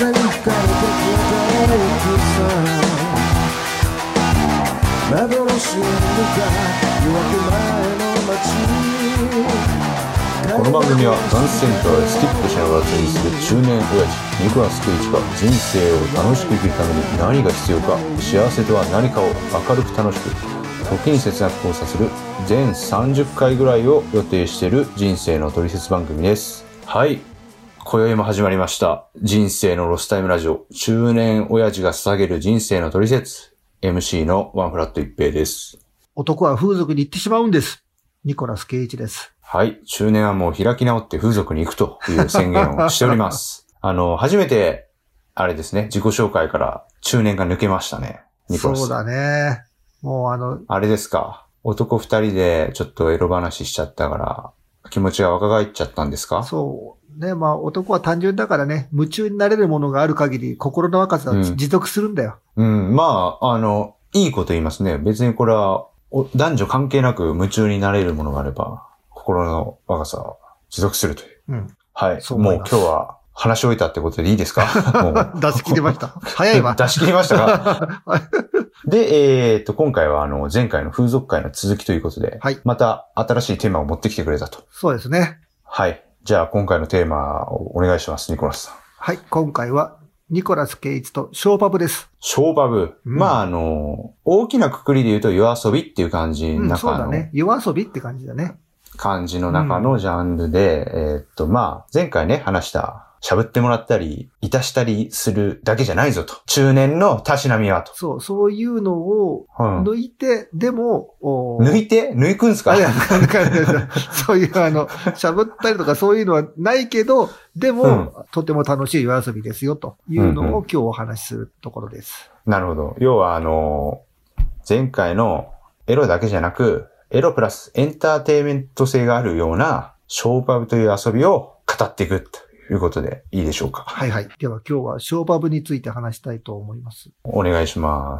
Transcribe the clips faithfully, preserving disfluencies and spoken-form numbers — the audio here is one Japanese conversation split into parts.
この番組はダンスセンターでスキップしながら釣りする中年親父ニコラス・ケイチが人生を楽しく生きるために何が必要か、幸せとは何かを明るく楽しく、時に切なく交差する全さんじゅっかいぐらいを予定している人生のトリセツ番組です。はい、今宵も始まりました人生のロスタイムラジオ、中年親父が捧げる人生のトリセツ。 エムシー のワンフラット一平です。 男は風俗に行ってしまうんです。ニコラス・ケイチです。 はい。中年はもう開き直って風俗に行くという宣言をしております。あの、初めて、あれですね、自己紹介から中年が抜けましたね。ニコラス。 そうだね。もうあの、 あれですか。男二人でちょっとエロ話しちゃったから、気持ちが若返っちゃったんですか？ そうね。まあ男は単純だからね、夢中になれるものがある限り、心の若さは持続するんだよ。 うん、うん。まあ、あの、いいこと言いますね。別にこれは、男女関係なく夢中になれるものがあれば、心の若さを持続するという。 うん。 はい。もう今日は話し終えたってことでいいですか？もう出し切りました。早いわ。 出し切りましたか？で、えー、っと、今回はあの、前回の風俗会の続きということで、はい。また新しいテーマを持ってきてくれたと。 そうですね。 はい。じゃあ今回のテーマをお願いします、ニコラスさん。 はい。今回は、ニコラス・ケイチとショーパブです。 ショーパブ。うん、まあ、あの、大きな括りで言うと夜遊びっていう感じの中の、うん、 そうだね。夜遊びって感じだね。 感じの中のジャンルで、うん、えー、っと、まあ、前回ね、話した、しゃぶってもらったり、いたしたりするだけじゃないぞと。中年のたしなみはと。 そう、そういうのを抜いて、うん、でも、 抜いて抜くんすか？いや、なんかそういうあの、しゃぶったりとかそういうのはないけど、でも、うん、とても楽しい夜遊びですよというのを今日お話しするところです。 うんうん、なるほど。要はあの、前回のエロだけじゃなく、エロプラスエンターテイメント性があるようなショーパブという遊びを語っていくということでいいでしょうか？ はいはい。では今日はショーパブについて話したいと思います。 お願いします。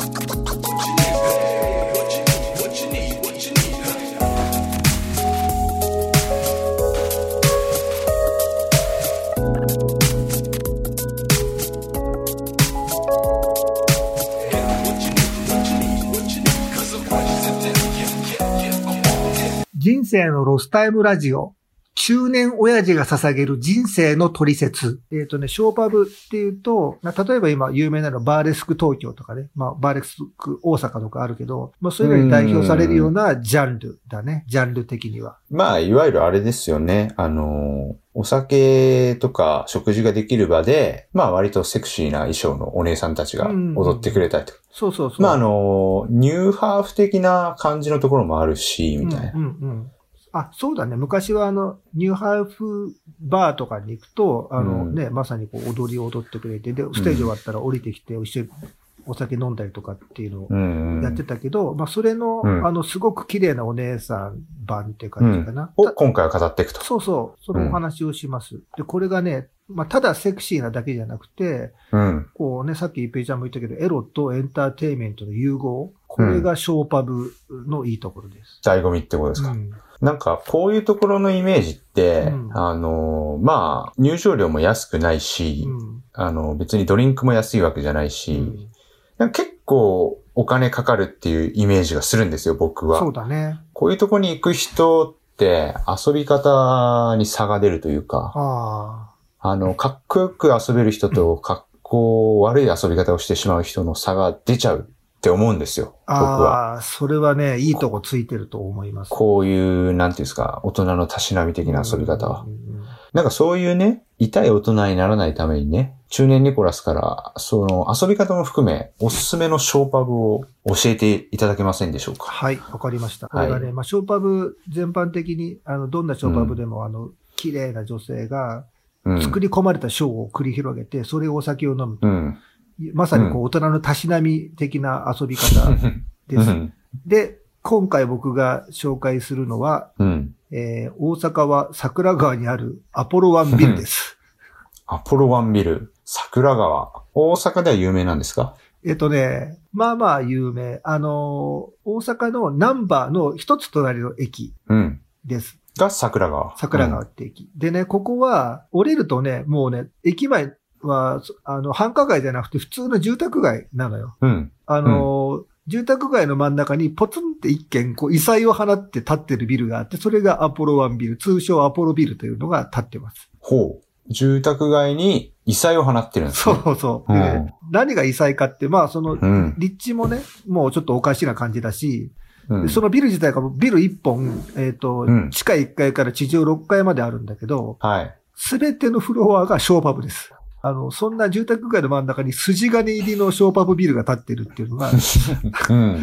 人生のロスタイムラジオ。中年親父が捧げる人生のトリセツ。えっとね、ショーパブっていうと、例えば今有名なのバーレスク東京とかね、まあバーレスク大阪とかあるけど、まあそういうのに代表されるようなジャンルだね、ジャンル的には。 まあいわゆるあれですよね、あの、お酒とか食事ができる場で、まあ割とセクシーな衣装のお姉さんたちが踊ってくれたりとか。 そうそうそう。 まああの、ニューハーフ的な感じのところもあるし、みたいな。 うんうんうんあ、そうだね。昔はあの、ニューハーフバーとかに行くと、あのね、うん、まさにこう踊りを踊ってくれて、で、ステージ終わったら降りてきて、一緒にお酒飲んだりとかっていうのをやってたけど、うん、まあそれの、うん、あの、すごく綺麗なお姉さん版っていう感じかな。 うん、を今回は語っていくと。 そうそう。そのお話をします。で、これがね、まあただセクシーなだけじゃなくて、うん、こうね、さっき一平ちゃんも言ったけど、エロとエンターテイメントの融合。これがショーパブのいいところです。 醍醐味ってことですか？うんなんか、こういうところのイメージって、うん、あの、まあ、入場料も安くないし、うん、あの、別にドリンクも安いわけじゃないし、うん、結構お金かかるっていうイメージがするんですよ、僕は。 そうだね。 こういうとこに行く人って遊び方に差が出るというか、 あ, あの、かっこよく遊べる人とかっこ悪い遊び方をしてしまう人の差が出ちゃう。って思うんですよ、僕は。 ああ、それはね、いいとこついてると思います。 こういう、なんていうんですか、大人のたしなみ的な遊び方は。なんかそういうね、痛い大人にならないためにね、中年ニコラスから、その遊び方も含め、おすすめのショーパブを教えていただけませんでしょうか？ はい、わかりました。これがね、はい、まあ、ショーパブ全般的に、あの、どんなショーパブでも、うん、あの、綺麗な女性が、作り込まれたショーを繰り広げて、それをお酒を飲むと。うんまさにこう大人のたしなみ的な遊び方です。うん、で、今回僕が紹介するのは、うんえー、大阪は桜川にあるアポロワンビルです。 アポロワンビル、桜川。大阪では有名なんですか？ えっとね、まあまあ有名。あの、大阪のナンバーの一つ隣の駅です。 うん、が桜川。 桜川って駅、うん。でね、ここは降りるとね、もうね、駅前、 は、あの、繁華街じゃなくて普通の住宅街なのよ。 うん。 あの、うん、住宅街の真ん中にポツンって一軒、こう、異彩を放って建ってるビルがあって、それがアポロワンビル、通称アポロビルというのが建ってます。 ほう。住宅街に異彩を放ってるんですね。 そうそう。うん、何が異彩かって、まあ、その、 うん、 立地もね、もうちょっとおかしな感じだし、うん、そのビル自体がビルいっぽん、えっと、うん、地下いっかいから地上ろっかいまであるんだけど、 はい。 すべてのフロアがショーパブです。あの、そんな住宅街の真ん中に筋金入りのショーパブビルが建ってるっていうのが、うん、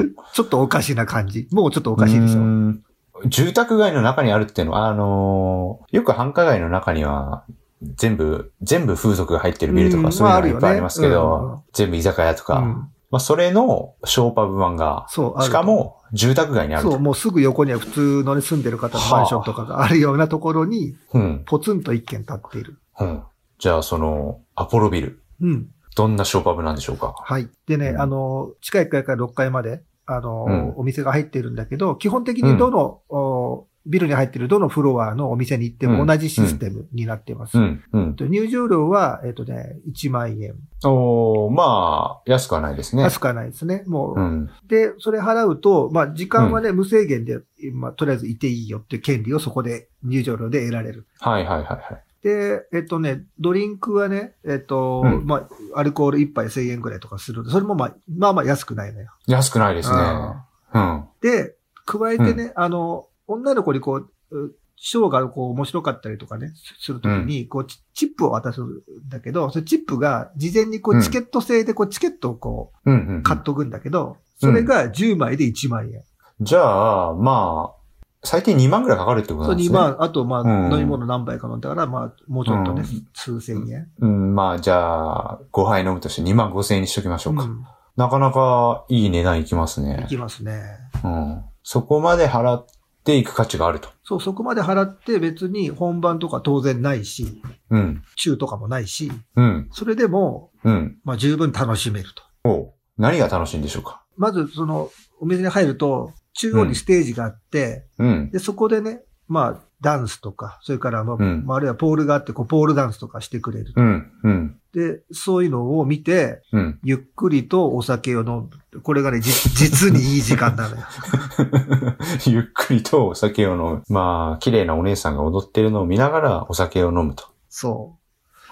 ちょっとおかしな感じ。もうちょっとおかしいでしょ。 住宅街の中にあるっていうのは、あのー、よく繁華街の中には、全部、全部風俗が入ってるビルとかそういうのがいっぱいありますけど、まああるよね、うん、全部居酒屋とか、うん、まあそれのショーパブ版が、そうしかも住宅街にあると。 そう、もうすぐ横には普通の、ね、住んでる方のマンションとかがあるようなところに、ポツンと一軒建っている。 うん、じゃあその、アポロビル。 うん。 どんなショーパブなんでしょうか？ はい。でね、うん、あの、地下いっかいからろっかいまで、あの、うん、お店が入っているんだけど、基本的にどの、うんビルに入っているどのフロアのお店に行っても同じシステムになっています。 うんうんうん、 入場料は、えっとね、いちまんえん。 おー、まあ、安くはないですね。 安くはないですね。もう。うん、で、それ払うと、まあ、時間はね、うん、無制限で、まあ、とりあえずいていいよっていう権利をそこで入場料で得られる。 はいはいはいはい。 で、えっとね、ドリンクはね、えっと、うん、まあ、アルコールいっぱいせんえんくらいとかするので、それもまあ、まあまあ安くないのよ。 安くないですね。うん。 で、加えてね、あの、女の子にこう、ショーがこう面白かったりとかね、するときに、こう、チップを渡すんだけど、そのチップが事前にこうチケット制でこうチケットをこう、買っとくんだけど、それがじゅうまいでいちまんえん。 じゃあ、まあ、最低にまんぐらいかかるってことなんですね。 そう、にまん。あと、まあ、飲み物何杯か飲んだから、まあ、もうちょっとね、数千円。 うん、まあ、じゃあ、ごはい飲むとしてにまんごせんえんにしときましょうか。なかなかいい値段いきますね。 いきますね。 うん。そこまで払って、で行く価値があると。 そう、そこまで払って別に本番とか当然ないし、 うん。 中とかもないし、 うん。 それでも、 うん。 まあ十分楽しめると。 お何が楽しいんでしょうか？ まず、その、お店に入ると、中央にステージがあって、 うん。 で、そこでね、まあ、ダンスとか、それから、まあ、うん、あるいはポールがあって、こう、ポールダンスとかしてくれる。 うん。うん。 で、そういうのを見て、 うん、 ゆっくりとお酒を飲む。これがね、じ、実にいい時間なのよ。 ゆっくりとお酒を飲む。まあ、綺麗なお姉さんが踊ってるのを見ながらお酒を飲むと。 そう。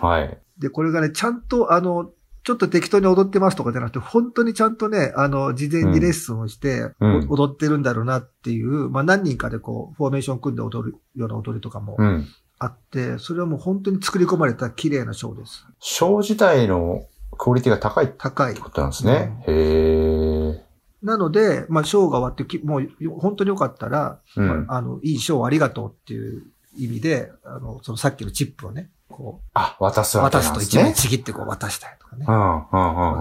はい。 で、これがね、ちゃんと、あの、ちょっと適当に踊ってますとかじゃなくて、本当にちゃんとね、あの、事前にレッスンをして、うん、踊ってるんだろうなっていう、まあ何人かでこう、フォーメーション組んで踊るような踊りとかもあって、うん、それはもう本当に作り込まれた綺麗なショーです。 ショー自体のクオリティが高い高い。 ってことなんですね。うん、へー。 なので、まあ、ショーが終わってき、もう本当によかったら、うんまあ、あの、いいショーありがとうっていう意味で、あの、そのさっきのチップをね、こう。 あ、渡すわけなんですね。 渡すと一枚ちぎってこう渡したりとかね。 うん、うん、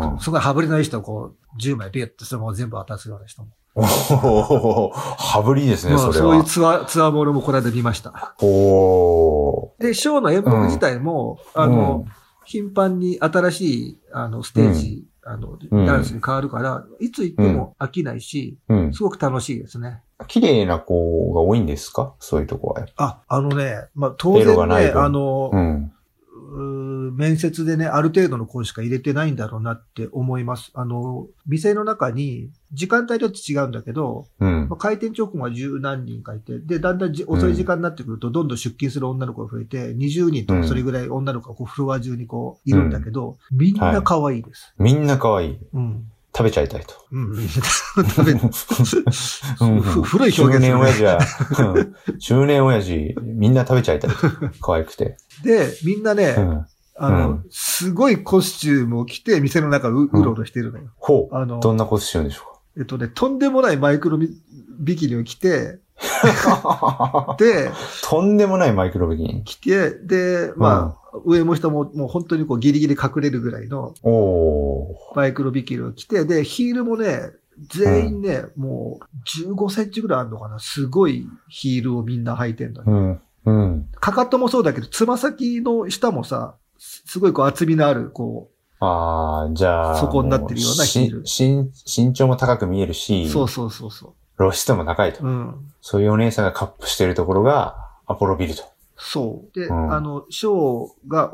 うん。 すごい羽振りのいい人をこう、じゅうまいビュッとそのまま全部渡すような人も。 おお、羽振りですね、それは。 そういうツアー、ツアーモールもこの間見ました。 おで、ショーの演目自体も、うん、あの、うん、頻繁に新しい、あの、ステージ、うん、あの、ダンスに変わるから、いつ行っても飽きないし、うん、すごく楽しいですね。 綺麗な子が多いんですか？そういうとこは。 あ、あのね、まあ、当然ね、あの、うん面接でね、ある程度の子しか入れてないんだろうなって思います。あの、店の中に、時間帯によって違うんだけど、 うんまあ、開店直後は十何人かいて、で、だんだんじ遅い時間になってくると、どんどん出勤する女の子が増えて、にじゅうにんとかそれぐらい女の子がこうフロア中にこう、いるんだけど、うん、みんな可愛いです、 はい。みんな可愛い。 うん。 食べちゃいたいと。 うん。食べ、うん、古い表現、ね。 中年親父は、中年親父、みんな食べちゃいたいと。可愛くて。 で、みんなね、 うんあの、うん、すごいコスチュームを着て、店の中う、うろうろしてるのよ。うん、 ほう。あの、どんなコスチュームでしょうか？ えっとね、とんでもないマイクロビキニを着て、で、 とんでもないマイクロビキニ着て、で、まあ、うん、上も下ももう本当にこうギリギリ隠れるぐらいの、マイクロビキニを着て、で、ヒールもね、全員ね、うん、もうじゅうごセンチぐらいあるのかな。すごいヒールをみんな履いてんだよ。うん。うん。 かかともそうだけど、つま先の下もさ、すごいこう厚みのある、こう。ああ、じゃあ。 底になってるようなヒール。 身、身長も高く見えるし。 そうそうそうそう。 露出も高いと。 うん。 そういうお姉さんがカップしてるところが、アポロビルと。 そう。で、うん、あの、ショーが終わっ 、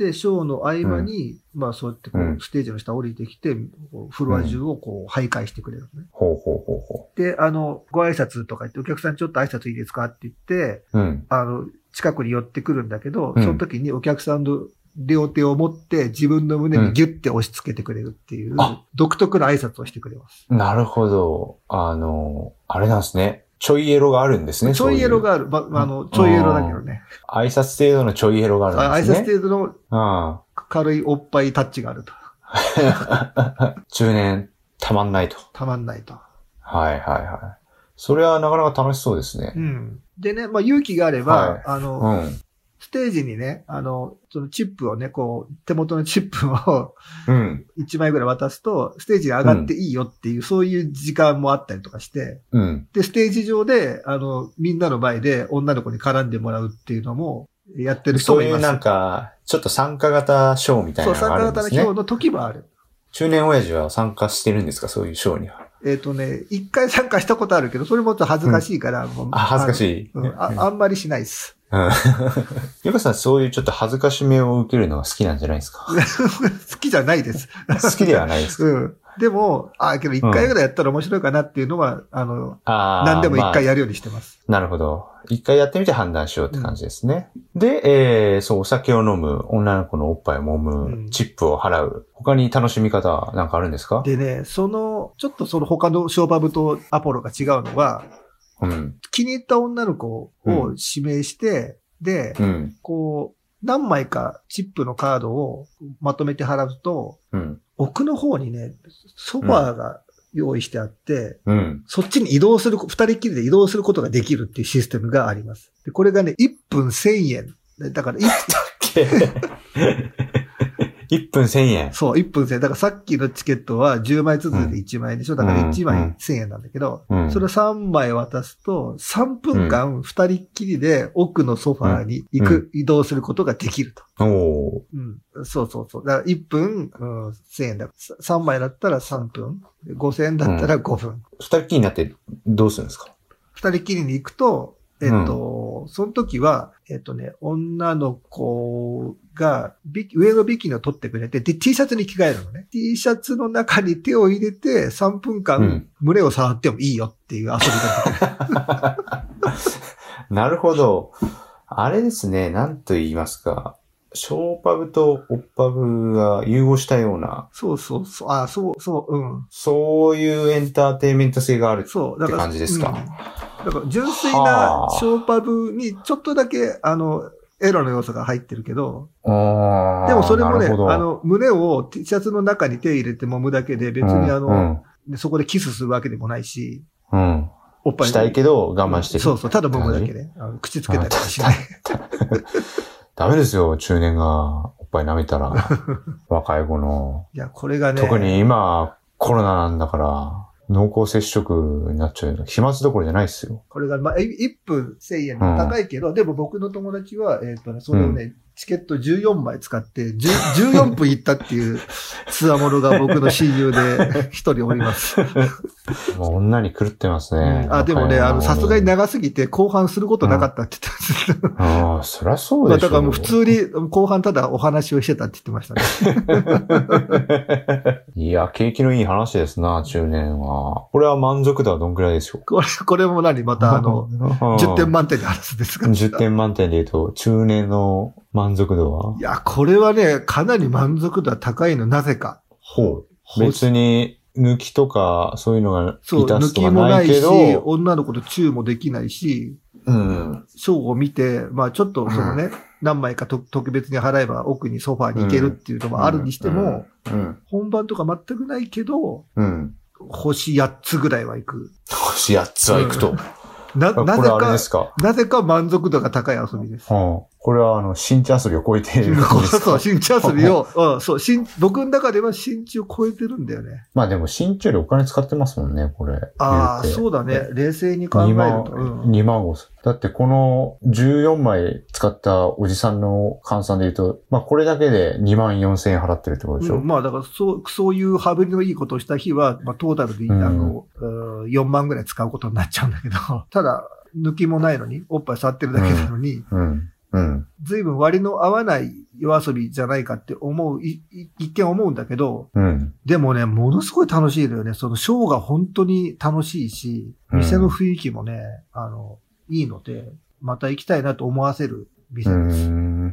ショーの合間に、うん、まあそうやってこう、うん、ステージの下降りてきて、フロア中をこう、徘徊してくれるのね。 ほうほうほうほう。で、あの、ご挨拶とか言って、お客さんちょっと挨拶いいですかって言って、うん、あの、近くに寄ってくるんだけど、うん、その時にお客さんの両手を持って自分の胸にギュッて押し付けてくれるっていう、うん、独特な挨拶をしてくれます。 なるほど。あの、あれなんですね。ちょいエロがあるんですね。 ちょいエロがある。ま、あの、ちょいエロだけどね。 挨拶程度のちょいエロがあるんですね。 挨拶程度の軽いおっぱいタッチがあると。 中年、たまんないと。 たまんないと。 はいはいはい。それはなかなか楽しそうですね。 うん。でね、まあ勇気があれば、はい、あの、うん、ステージにね、あの、そのチップをね、こう、手元のチップを、うん。いちまいぐらい渡すと、ステージに上がっていいよっていう、うん、そういう時間もあったりとかして、うん。で、ステージ上で、あの、みんなの前で女の子に絡んでもらうっていうのも、やってる人もいます。 そういうなんか、ちょっと参加型ショーみたいなのがあるんですね。そう、参加型のショーの時もある。 中年親父は参加してるんですか、そういうショーには。 えっとね、一回参加したことあるけど、それもちょっと恥ずかしいから、 うん、 もうあ、恥ずかしい。 うん、あ、あんまりしないです。 うん。ゆかさん、そういうちょっと恥ずかしめを受けるのが好きなんじゃないですか？ 好きじゃないです。 好きではないですか？ うん。でも、あ、けど一回ぐらいやったら面白いかなっていうのは、うん、あの、あ何でも一回やるようにしてます。 まあ、なるほど。一回やってみて判断しようって感じですね。うん、で、えー、そう、お酒を飲む、女の子のおっぱいを揉む、うん、チップを払う。他に楽しみ方なんかあるんですか？ でね、その、ちょっとその他のショーパブとアポロが違うのは、うん、気に入った女の子を指名して、うん、で、うん、こう、何枚かチップのカードをまとめて払うと、うん、奥の方にね、ソファーが用意してあって、うん、そっちに移動する、二人きりで移動することができるっていうシステムがあります。でこれがね、いっぷんせんえん。だからいっいっぷんせんえん。 そう、いっぷんせんえん。だからさっきのチケットはじゅうまい続いていちまんえんでしょ、うん、だからいちまいせんえんなんだけど、うん、それをさんまい渡すと、さんぷんかん二人っきりで奥のソファーに行く、うん、移動することができると。おうん、そうそうそう。だからいっぷん、うん、せんえんだ。さんまいだったらさんぷん。ごせんえんだったらごふん。うん、 二人っきりになってどうするんですか？ 二人っきりに行くと、えっと、うん、その時は、えっとね、女の子が、上のビキニを取ってくれて、で、T シャツに着替えるのね。T シャツの中に手を入れて、さんぷんかん、胸を触ってもいいよっていう遊び方。 うん、なるほど。あれですね、なんと言いますか。ショーパブとオッパブが融合したような。 そうそうそう。あ、そう、そう、うん。 そういうエンターテインメント性があるって感じですか。 だから純粋なショーパブにちょっとだけ、あの、エロの要素が入ってるけど、でもそれもね、あの、胸を T シャツの中に手入れて揉むだけで別にあの、うんうん、そこでキスするわけでもないし、うん、 おっぱいしたいけど我慢してる。 そうそう、ただ揉むだけで、あの口つけたりはしない。 ダメですよ、中年がおっぱい舐めたら。若い子の。 いや、これがね。 特に今、コロナなんだから、濃厚接触になっちゃう。飛沫どころじゃないですよ。 これが、まあ、いっぷんせんえん高いけど、うん、でも僕の友達は、えっとね、それをね、うん、チケットじゅうよんまい使って、じゅうよんぷん行ったっていうつわものが僕の親友で一人おります。 もう女に狂ってますね。 うん、あ、でもね、あの、さすがに長すぎて後半することなかったって言ってたんです、 うん、ああ、そりゃそうでしょ。 だからもう普通に後半ただお話をしてたって言ってましたね。いや、景気のいい話ですな、中年は。これは満足度はどんくらいでしょう？ これ、これも何またあの、じゅってん満点で話すんですか？ じゅってん満点で言うと、中年の満足度は？ いや、これはね、かなり満足度は高いの、なぜか。 ほう。別に、抜きとか、そういうのが、そう、抜きもないし、 女の子とチューもできないし、うん。ショーを見て、まあちょっとそのね、うん、何枚かと特別に払えば奥にソファーに行けるっていうのもあるにしても、うんうん、本番とか全くないけど、うん、星やっつぐらいは行く。 星やっつは行くと。 な、なぜか、かなぜか満足度が高い遊びです。 はあ、これはあの、新地遊びを超えている。 そうそう、新地遊びを、うん、そう、新、僕の中では新地を超えてるんだよね。 まあでも新地よりお金使ってますもんね、これ。 ああ、そうだね。冷静に考えると。 うん、にまんごせん。だってこのじゅうよんまい使ったおじさんの換算で言うと、まあこれだけでにまんよんせんえん払ってるってことでしょ、うん、 まあだからそう、そういう羽振りのいいことをした日は、まあトータルで、うん、あの、よんまんぐらい使うことになっちゃうんだけど、ただ、抜きもないのに、おっぱい触ってるだけなのに、うんうんうん、 随分割の合わない夜遊びじゃないかって思う、い一見思うんだけど、 うん、 でもね、ものすごい楽しいのよね。そのショーが本当に楽しいし、店の雰囲気もね、うん、あの、いいので、また行きたいなと思わせる店です。 うん、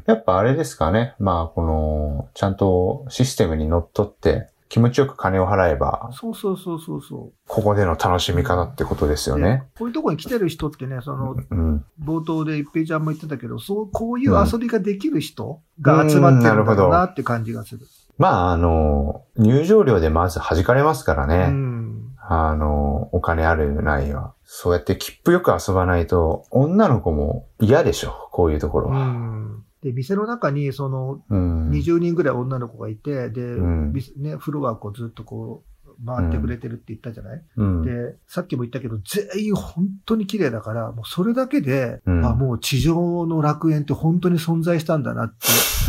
やっぱあれですかね。まあ、この、ちゃんとシステムにのっとって、気持ちよく金を払えば、 そうそうそうそうそう。 ここでの楽しみ方ってことですよね。 こういうところに来てる人ってね、その、 うん、 冒頭で一平ちゃんも言ってたけど、そう、こういう遊びができる人が集まってるんだろうなって感じがする。 うん、まあ、あの、入場料でまず弾かれますからね。 うん、 あの、お金あるないは。そうやって切符よく遊ばないと、女の子も嫌でしょ、こういうところは。 うんで、店の中に、その、にじゅうにんぐらい女の子がいて、で、うん、ね、フロアをずっとこう、回ってくれてるって言ったじゃない、うん、で、さっきも言ったけど、全員本当に綺麗だから、もうそれだけで、うん、あ、もう地上の楽園って本当に存在したんだなって、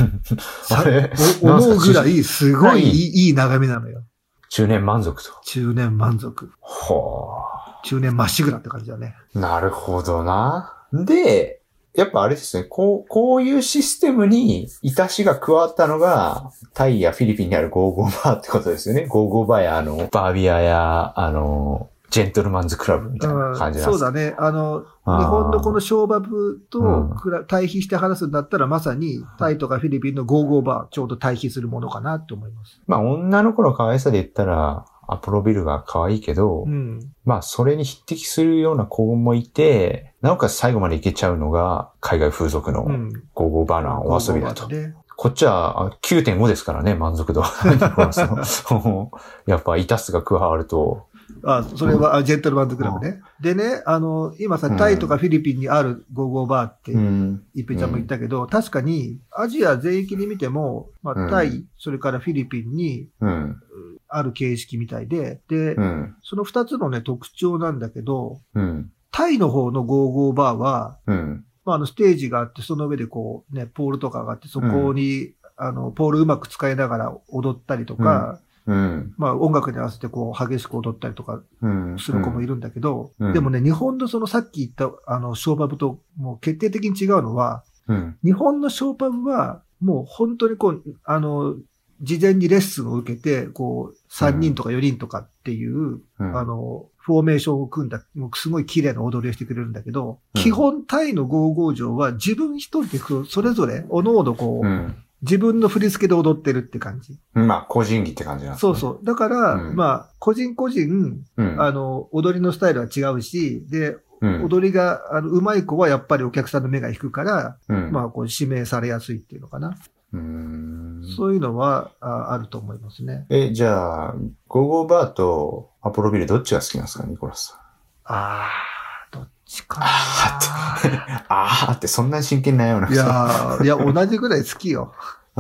思うぐらい、すごいいい、いい眺めなのよ。 中年満足と。 中年満足。 ほう。中年まっしぐらって感じだね。 なるほどな。で、やっぱあれですね、こう、こういうシステムに、いたしが加わったのが、タイやフィリピンにあるゴーゴーバーってことですよね。ゴーゴーバーや、あの、バービアや、あの、ジェントルマンズクラブみたいな感じなんですか、うん、 そうだね。あの、日本のこのショーバブと対比して話すんだったら、うん、まさにタイとかフィリピンのゴーゴーバー、ちょうど対比するものかなと思います。 まあ、女の子の可愛さで言ったら、アポロビルが可愛いけど、うん、まあそれに匹敵するような子もいて、なおかつ最後までいけちゃうのが海外風俗のゴーゴーバーなお遊びだと。うんね、こっちは きゅうてんご ですからね、満足度。やっぱイタスが加わると。 あ、それは、うん、ジェントルマンズクラブね。でね、あの、今さ、タイとかフィリピンにあるゴーゴーバーって、一平ちゃんも言ったけど、うん、確かにアジア全域に見ても、まあ、タイ、うん、それからフィリピンに、うんある形式みたいで、で、うん、その二つのね、特徴なんだけど、うん、タイの方のゴーゴーバーは、うん、まあ、あの、ステージがあって、その上でこう、ね、ポールとかがあって、そこに、うん、あの、ポールうまく使いながら踊ったりとか、うん、まあ、音楽に合わせてこう、激しく踊ったりとか、する子もいるんだけど、うん、でもね、日本のそのさっき言った、あの、ショーパブと、もう決定的に違うのは、うん、日本のショーパブは、もう本当にこう、あの、事前にレッスンを受けて、こう、さんにんとかよにんとかっていう、うん、あの、フォーメーションを組んだ、もうすごい綺麗な踊りをしてくれるんだけど、うん、基本タイのゴーゴー場は自分一人でそれぞれ、おのおのこう、うん、自分の振り付けで踊ってるって感じ。 まあ、個人技って感じなんですね。 そうそう。だから、うん、まあ、個人個人、うん、あの、踊りのスタイルは違うし、で、うん、踊りが、あの、上手い子はやっぱりお客さんの目が引くから、うん、まあ、こう、指名されやすいっていうのかな。うーんそういうのは あ, あると思いますね。 え、じゃあ、ゴーゴーバーとアポロビルどっちが好きなんですか、ニコラスさん。 あー、どっちかな。 あーって、あーってそんなに真剣なような。 いやいや、同じぐらい好きよ。 うん、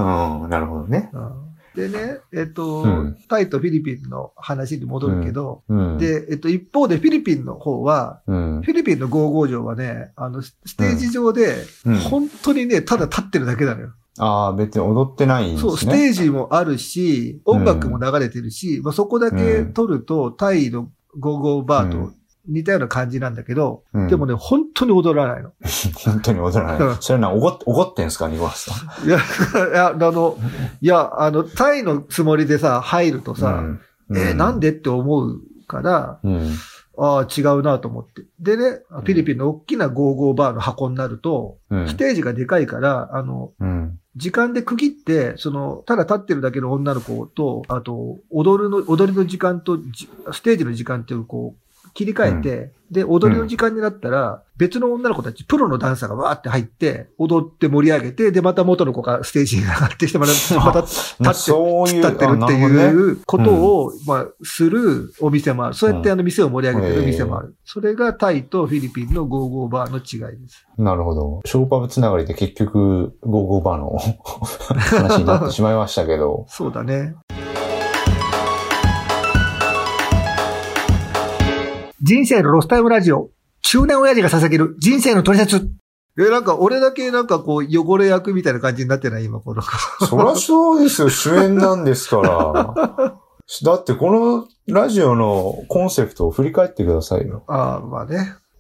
なるほどね。 うんでね、えっと、うん、タイとフィリピンの話に戻るけど、うんうん、で、えっと、一方でフィリピンの方は、うん、フィリピンのゴーゴー場はね、あの、ステージ上で、本当にね、ただ立ってるだけなのよ。 ああ、別に踊ってないんですね。 そう、ステージもあるし、音楽も流れてるし、まあ、そこだけ撮ると、タイのゴーゴーバーと似たような感じなんだけど、うん、でもね、本当に踊らないの。 本当に踊らない。それはな、おごって、おごってんすか、ニコラスさん。いや、いや、あの、いや、あの、タイのつもりでさ、入るとさ、うんうん、えー、なんでって思うから、うん、ああ、違うなと思って。でね、フィリピンの大きなゴーゴーバーの箱になると、うん、ステージがでかいから、あの、うん時間で区切って、その、ただ立ってるだけの女の子と、あと、踊るの、踊りの時間と、ステージの時間っていう、こう、切り替えて、うん、で、踊りの時間になったら、別の女の子たち、プロのダンサーがわーって入って、踊って盛り上げて、で、また元の子がステージに上がってきて、また、また立って、 そういう立ってるっていうことを、ねうん、まあ、するお店もある。そうやってあの店を盛り上げてる店もある。うん、それがタイとフィリピンのゴーゴーバーの違いです。 なるほど。ショーパブつながりで結局、ゴーゴーバーの話になってしまいましたけど。 そうだね。人生のロスタイムラジオ。中年親父が捧げる人生の取説。え、なんか俺だけなんかこう汚れ役みたいな感じになってない今この。 そりゃそうですよ。主演なんですから。だってこのラジオのコンセプトを振り返ってくださいよ。 ああ、まあね。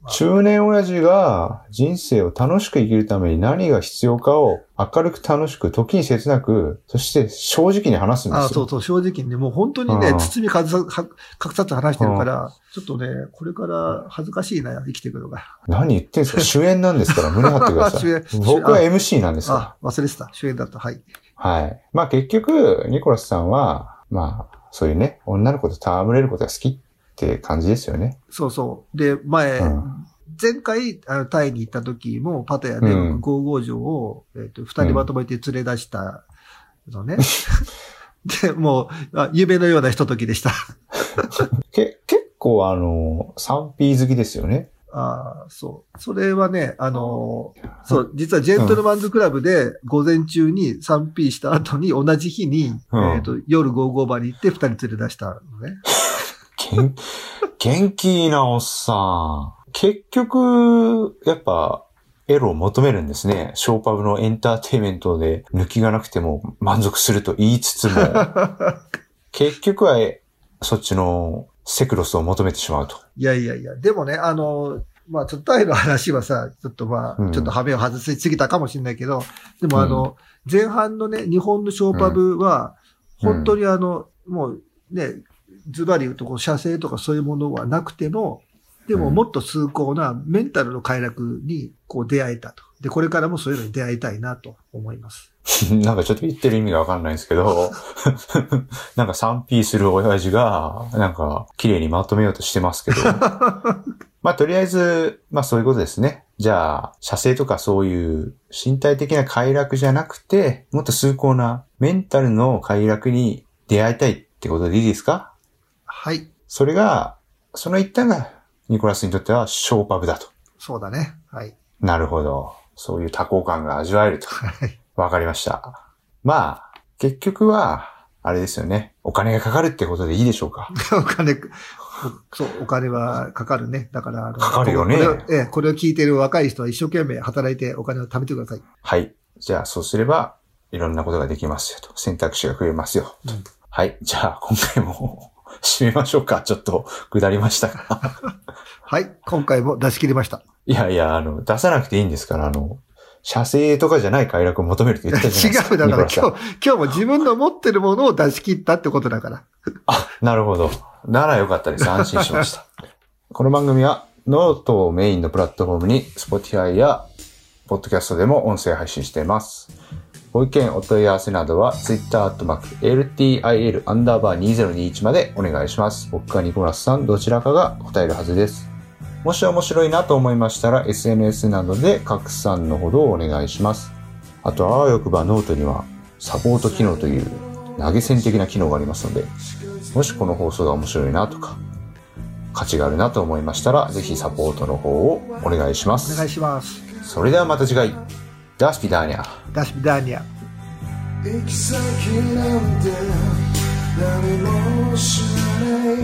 中年親父が人生を楽しく生きるために何が必要かを明るく楽しく、時に切なく、そして正直に話すんですよ。 あ、そうそう、正直にね、もう本当にね、包み隠さず話してるから、ちょっとね、これから恥ずかしいな、生きていくのが。 何言ってんすか主演なんですから、胸張ってください。主演僕は エムシー なんですから。 あ、忘れてた。主演だった。はい。 はい。まあ結局、ニコラスさんは、まあ、そういうね、女の子と戯れることが好きって感じですよね。 そうそう。で、前、うん、前回、あの、タイに行った時も、パタヤでご号城を、うん、えっと、二人まとめて連れ出したのね。うん、で、もうあ、夢のようなひとときでした。 け、結構あの、サンピー好きですよね。 ああ、そう。それはね、あの、そう、実はジェントルマンズクラブで午前中に スリーピー した後に同じ日に、うん、えっと、夜ごじゅうごばに行って二人連れ出したのね。元、 元気なおっさん。結局、やっぱ、エロを求めるんですね。ショーパブのエンターテイメントで抜きがなくても満足すると言いつつも、結局は、そっちのセクロスを求めてしまうと。 いやいやいや、でもね、あの、まあちょっとタイの話はさ、ちょっとまあ、うん、ちょっと羽目を外しすぎたかもしれないけど、でもあの、うん、前半のね、日本のショーパブは、本当にあの、うん、もうね、ズバリ言うとこう、射精とかそういうものはなくても、でももっと崇高なメンタルの快楽にこう出会えたと。で、これからもそういうのに出会いたいなと思います。 なんかちょっと言ってる意味がわかんないんですけど、なんか スリーピー する親父が、なんか綺麗にまとめようとしてますけど。まあとりあえず、まあそういうことですね。じゃあ、射精とかそういう身体的な快楽じゃなくて、もっと崇高なメンタルの快楽に出会いたいってことでいいですか？ はい。 それが、その一端がニコラスにとってはショーパブだと。 そうだね。はい。 なるほど。そういう多幸感が味わえると。はい。わかりました。まあ、結局は、あれですよね。お金がかかるってことでいいでしょうか。 お金、そう、お金はかかるね。だから、あのかかるよね。 これを、ええ、これを聞いている若い人は一生懸命働いてお金を貯めてください。 はい。じゃあ、そうすれば、いろんなことができますよと。選択肢が増えますよ。うん、はい。じゃあ、今回も締めましょうか。ちょっと、下りましたか。 はい。今回も出し切りました。 いやいや、あの、出さなくていいんですから、あの、射精とかじゃない快楽を求めるって言ったじゃないですか。 違う、だから今日、今日も自分の持ってるものを出し切ったってことだから。 あ、なるほど。ならよかったです。安心しました。この番組は、ノートをメインのプラットフォームに、Spotify や、ポッドキャストでも音声配信しています。ご意見、お問い合わせなどは、Twitter アットマーク、エルティーアイエル アンダーバーにせんにじゅういちまでお願いします。僕かニコラスさん、どちらかが答えるはずです。もし面白いなと思いましたら エスエヌエス などで拡散のほどをお願いします。あと、あわよくばノートにはサポート機能という投げ銭的な機能がありますので、もしこの放送が面白いなとか、価値があるなと思いましたら、ぜひサポートの方をお願いします。 お願いします。 それではまた次回。ダスピダーニャ。 ダスピダーニャ。行き先なんて誰も知らない。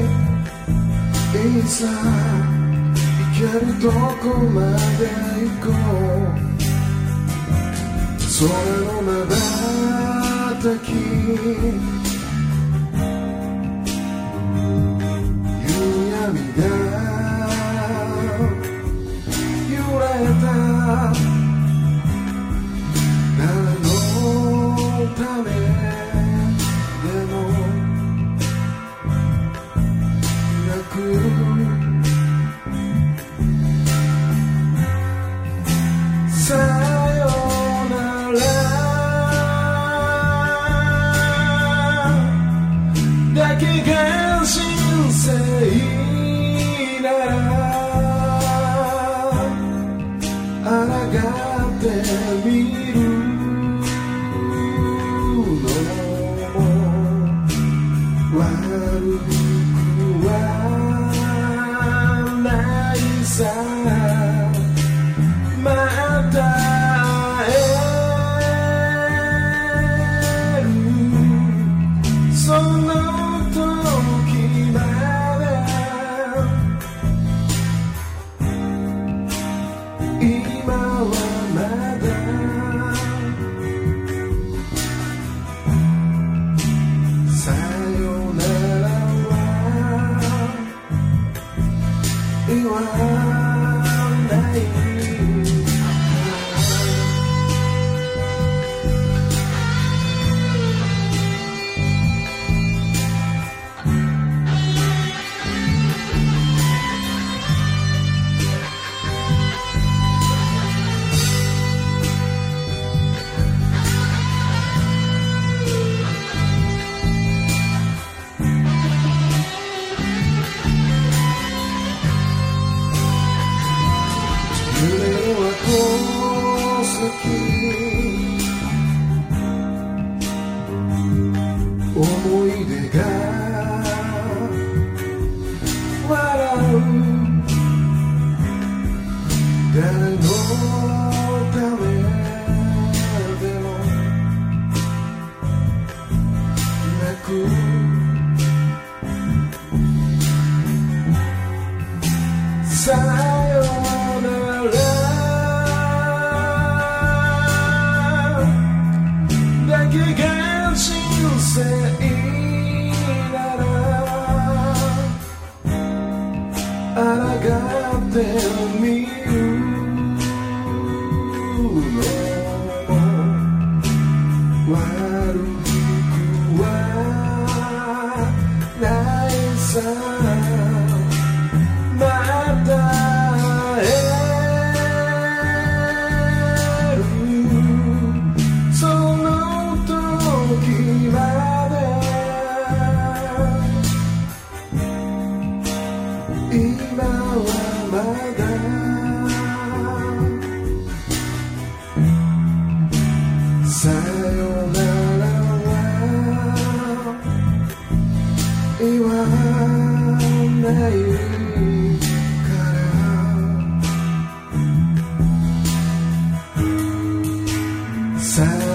いざ行けるどこまで行こう。空の瞬き夕闇が揺れた誰のためでもなくさよならだけが人生なら抗ってみるのも悪くはないさ。また会えるその時まで今はまださよならは今い出が笑う誰のためでもなくさよならだけが人生なら抗ってみるの悪くはないさまた会えるその時まで今はまださよならは言わないからさ